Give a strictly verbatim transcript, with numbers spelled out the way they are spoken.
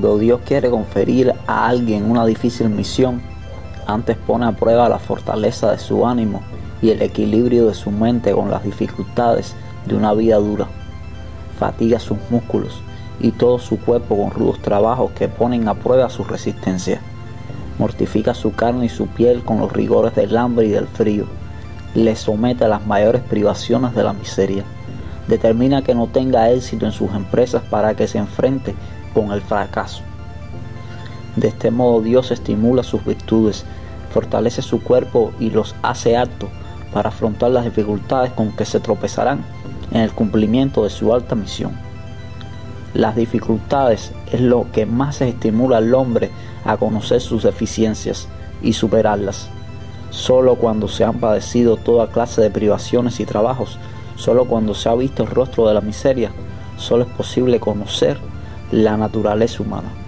Cuando Dios quiere conferir a alguien una difícil misión, antes pone a prueba la fortaleza de su ánimo y el equilibrio de su mente con las dificultades de una vida dura. Fatiga sus músculos y todo su cuerpo con rudos trabajos que ponen a prueba su resistencia. Mortifica su carne y su piel con los rigores del hambre y del frío. Le somete a las mayores privaciones de la miseria. Determina que no tenga éxito en sus empresas para que se enfrente con el fracaso. De este modo Dios estimula sus virtudes, fortalece su cuerpo y los hace aptos para afrontar las dificultades con que se tropezarán en el cumplimiento de su alta misión. Las dificultades es lo que más estimula al hombre a conocer sus deficiencias y superarlas. Solo cuando se han padecido toda clase de privaciones y trabajos, solo cuando se ha visto el rostro de la miseria, solo es posible conocer la naturaleza humana.